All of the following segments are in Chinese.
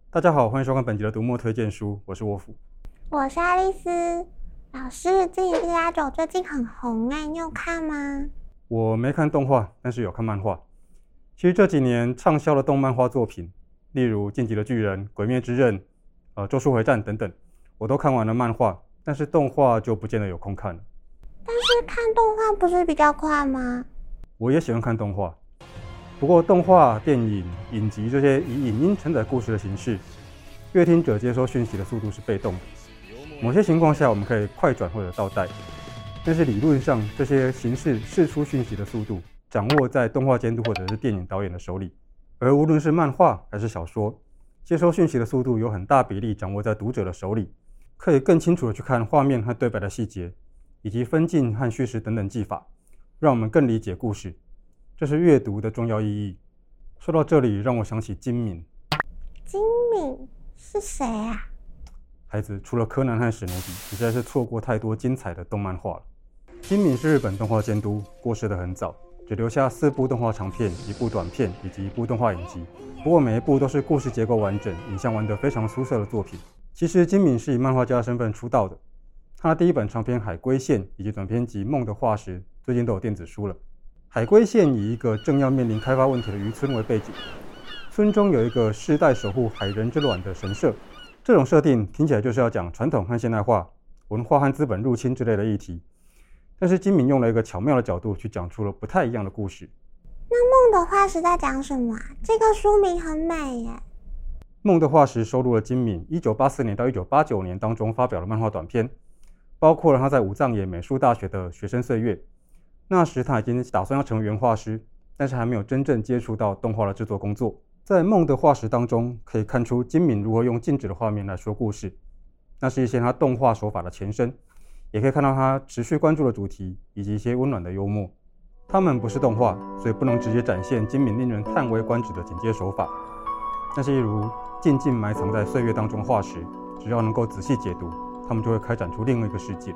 大家好，欢迎收看本集的读墨推荐书，我是沃夫。 我是爱丽丝。老师，《精灵家酒》最近很红你有看吗？ 我没看动画，但是有看漫画。其实这几年畅销的动漫画作品，例如《进击的巨人》《鬼灭之刃》咒术回战等等，我都看完了漫画，但是动画就不见得有空看了。 但是看动画不是比较快吗？ 我也喜欢看动画，不过动画、电影、影集这些以影音承载故事的形式，阅听者接收讯息的速度是被动的。某些情况下我们可以快转或者倒带，但是理论上这些形式释出讯息的速度掌握在动画监督或者是电影导演的手里，而无论是漫画还是小说，接收讯息的速度有很大比例掌握在读者的手里，可以更清楚的去看画面和对白的细节，以及分镜和叙事等等技法，让我们更理解故事。这是阅读的重要意义。说到这里，让我想起金敏。 金敏是谁啊？ 孩子，除了柯南和史努比，你实在是错过太多精彩的动漫画了。金敏是日本动画监督，过世得很早，只留下4部动画长片、1部短片以及1部动画影集。不过每一部都是故事结构完整、影像玩得非常出色的作品。其实金敏是以漫画家身份出道的，他的第一本长篇《海龟线》以及短篇集《梦的化石》最近都有电子书了。海龟线以一个正要面临开发问题的渔村为背景，村中有一个世代守护海人之卵的神社。这种设定听起来就是要讲传统和现代化、文化和资本入侵之类的议题，但是金敏用了一个巧妙的角度去讲出了不太一样的故事。 那梦的化石在讲什么啊？这个书名很美耶。 梦的化石收录了金敏1984年到1989年当中发表的漫画短篇，包括了他在武藏野美术大学的学生岁月。那时他已经打算要成为原画师，但是还没有真正接触到动画的制作工作。在梦的化石当中，可以看出金敏如何用静止的画面来说故事，那是一些他动画手法的前身，也可以看到他持续关注的主题以及一些温暖的幽默。他们不是动画，所以不能直接展现金敏令人叹为观止的剪接手法，但是一如静静埋藏在岁月当中的化石，只要能够仔细解读，他们就会开展出另一个世界。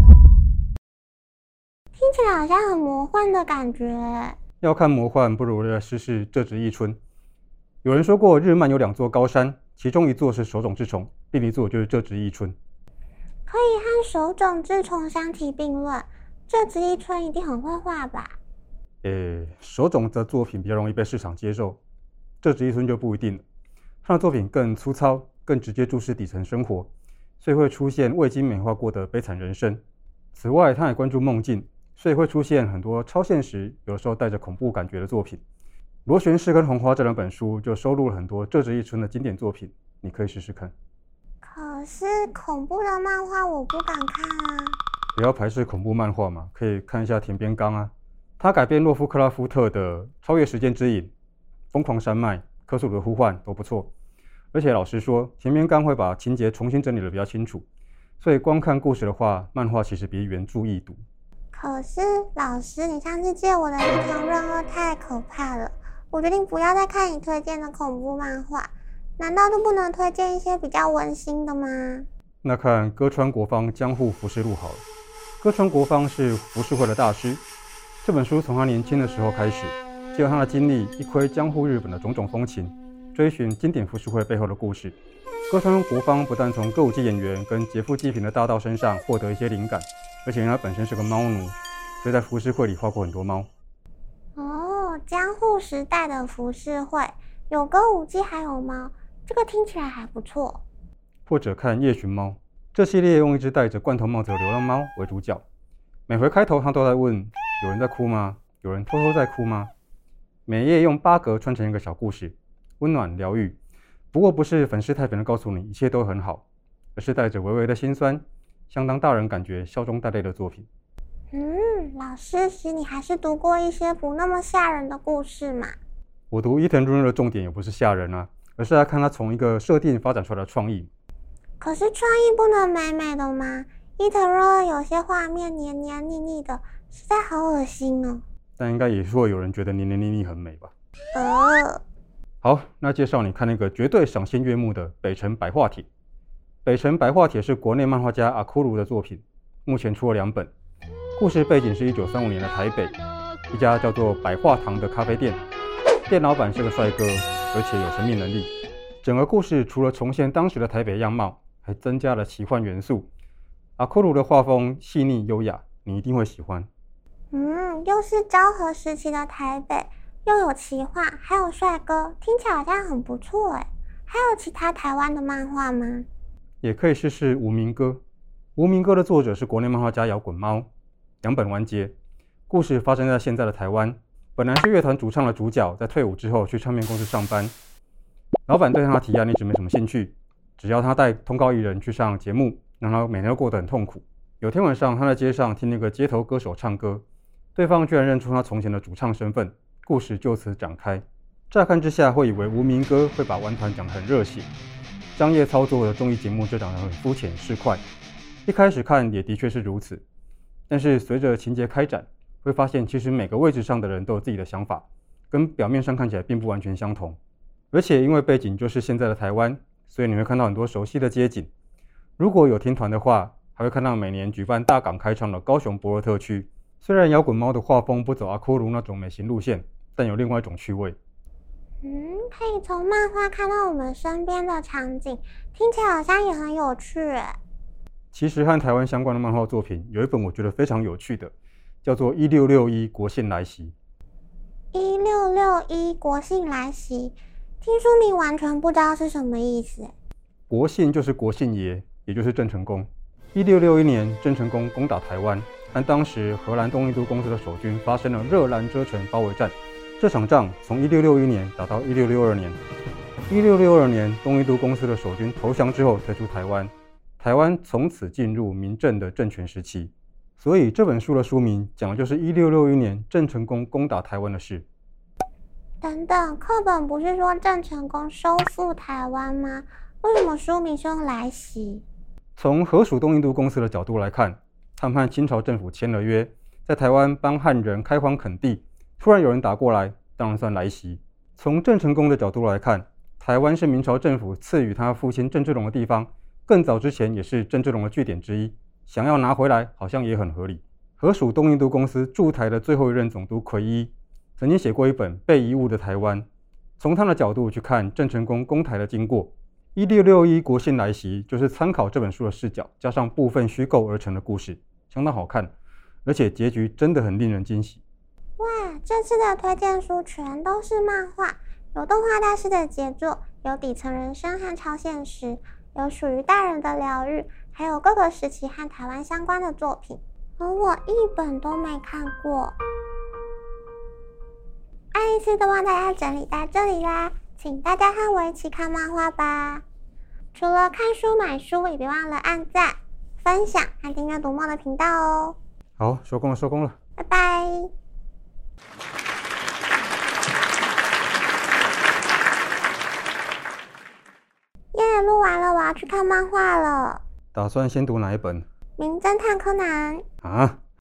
听起来好像很魔幻的感觉。 要看魔幻，不如来试试这直一春。有人说过，日漫有2座高山，其中一座是手冢治虫，另一座就是这直一春。 可以和手冢治虫相提并论，这直一春一定很会画吧？ 手冢的作品比较容易被市场接受，这直一春就不一定了。他的作品更粗糙，更直接注视底层生活，所以会出现未经美化过的悲惨人生。此外，他也关注梦境，所以会出现很多超现实，有的时候带着恐怖感觉的作品。螺旋式跟红花这2本书就收录了很多这直一春的经典作品，你可以试试看。 可是恐怖的漫画我不敢看啊。 不要排斥恐怖漫画嘛，可以看一下田边刚啊，他改编洛夫克拉夫特的《超越时间之影》《疯狂山脉》《科苏鲁的呼唤》都不错。而且老实说，田边刚会把情节重新整理得比较清楚，所以光看故事的话，漫画其实比原著易读。 可是老师，你上次借我的伊藤润二太可怕了，我决定不要再看你推荐的恐怖漫画。难道就不能推荐一些比较温馨的吗？ 那看歌川国芳江户浮世录好了。歌川国芳是浮世绘的大师，这本书从他年轻的时候开始，借由他的经历一窥江户日本的种种风情，追寻经典浮世绘背后的故事。歌川国芳不但从歌舞伎演员跟劫富济贫的大盗身上获得一些灵感，而且因为他本身是个猫奴，所以在浮世绘里画过很多猫。 江户时代的浮世绘有歌舞伎还有猫，这个听起来还不错。 或者看夜寻猫，这系列用一只戴着罐头帽子的流浪猫为主角，每回开头他都在问有人在哭吗？有人偷偷在哭吗？每页用8格串成一个小故事，温暖疗愈。不过不是粉饰太平的告诉你一切都很好，而是带着微微的心酸，相当大人感觉笑中带泪的作品。 老师，其实你还是读过一些不那么吓人的故事嘛？ 我读伊藤润二的重点也不是吓人啊，而是来看他从一个设定发展出来的创意。 可是创意不能美美的吗？伊藤润二有些画面黏黏腻腻的，实在好恶心哦。 但应该也是会有人觉得黏黏腻腻很美吧？好，那介绍你看那个绝对赏心悦目的《北城白话帖》。《北城白话帖》是国内漫画家阿库鲁的作品，目前出了2本。故事背景是1935年的台北，一家叫做百话堂的咖啡店，店老板是个帅哥，而且有神秘能力。 整个故事除了重现当时的台北样貌，还增加了奇幻元素。阿库鲁的画风细腻优雅，你一定会喜欢。 又是昭和时期的台北，又有奇幻，还有帅哥，听起来好像很不错诶。还有其他台湾的漫画吗？ 也可以试试《无名歌》。《无名歌》的作者是国内漫画家摇滚猫，两本完结。故事发生在现在的台湾，本来是乐团主唱的主角，在退伍之后去唱片公司上班，老板对他提案一直没什么兴趣，只要他带通告艺人去上节目，让他每天都过得很痛苦。有天晚上，他在街上听那个街头歌手唱歌，对方居然认出他从前的主唱身份，故事就此展开。乍看之下会以为无名歌会把玩团讲得很热血，商业操作的综艺节目就长得很肤浅市侩。一开始看也的确是如此，但是随着情节开展，会发现其实每个位置上的人都有自己的想法，跟表面上看起来并不完全相同。而且因为背景就是现在的台湾，所以你会看到很多熟悉的街景。如果有听团的话，还会看到每年举办大港开唱的高雄博尔特区。虽然摇滚猫的画风不走阿库鲁那种美型路线，但有另外一种趣味。 可以从漫画看到我们身边的场景，听起来好像也很有趣耶。 其实和台湾相关的漫画作品有一本我觉得非常有趣的，叫做1661国庆来袭。 1661国庆来袭，听书名完全不知道是什么意思。 国庆就是国庆爷，也就是郑成功。1661年，郑成功攻打台湾，和当时荷兰东印度公司的守军发生了热兰遮城包围战。这场仗从1661年打到1662年。1662年，东印度公司的守军投降之后退出台湾，台湾从此进入明郑的政权时期。所以这本书的书名讲的就是1661年郑成功攻打台湾的事。 等等，课本不是说郑成功收复台湾吗？为什么书名是用来袭？ 从荷属东印度公司的角度来看，他们和清朝政府签了约，在台湾帮汉人开荒垦地，突然有人打过来，当然算来袭。从郑成功的角度来看，台湾是明朝政府赐予他父亲郑芝龙的地方，更早之前也是郑芝龙的据点之一，想要拿回来好像也很合理。荷属东印度公司驻台的最后一任总督奎一曾经写过一本《被遗误的台湾》，从他的角度去看郑成功攻台的经过。1661国庆来袭就是参考这本书的视角，加上部分虚构而成的故事，相当好看，而且结局真的很令人惊喜。 哇，这次的推荐书全都是漫画，有动画大师的杰作，有底层人生和超现实，有属于大人的疗愈，还有各个时期和台湾相关的作品，而我一本都没看过。爱丽丝都帮大家整理在这里啦，请大家和我一起看漫画吧。除了看书买书，也别忘了按赞、分享和订阅读墨的频道哦。 好，收工了。 拜拜。耶，录完了，我要去看漫画了。 打算先读哪一本？ 名侦探柯南。 啊？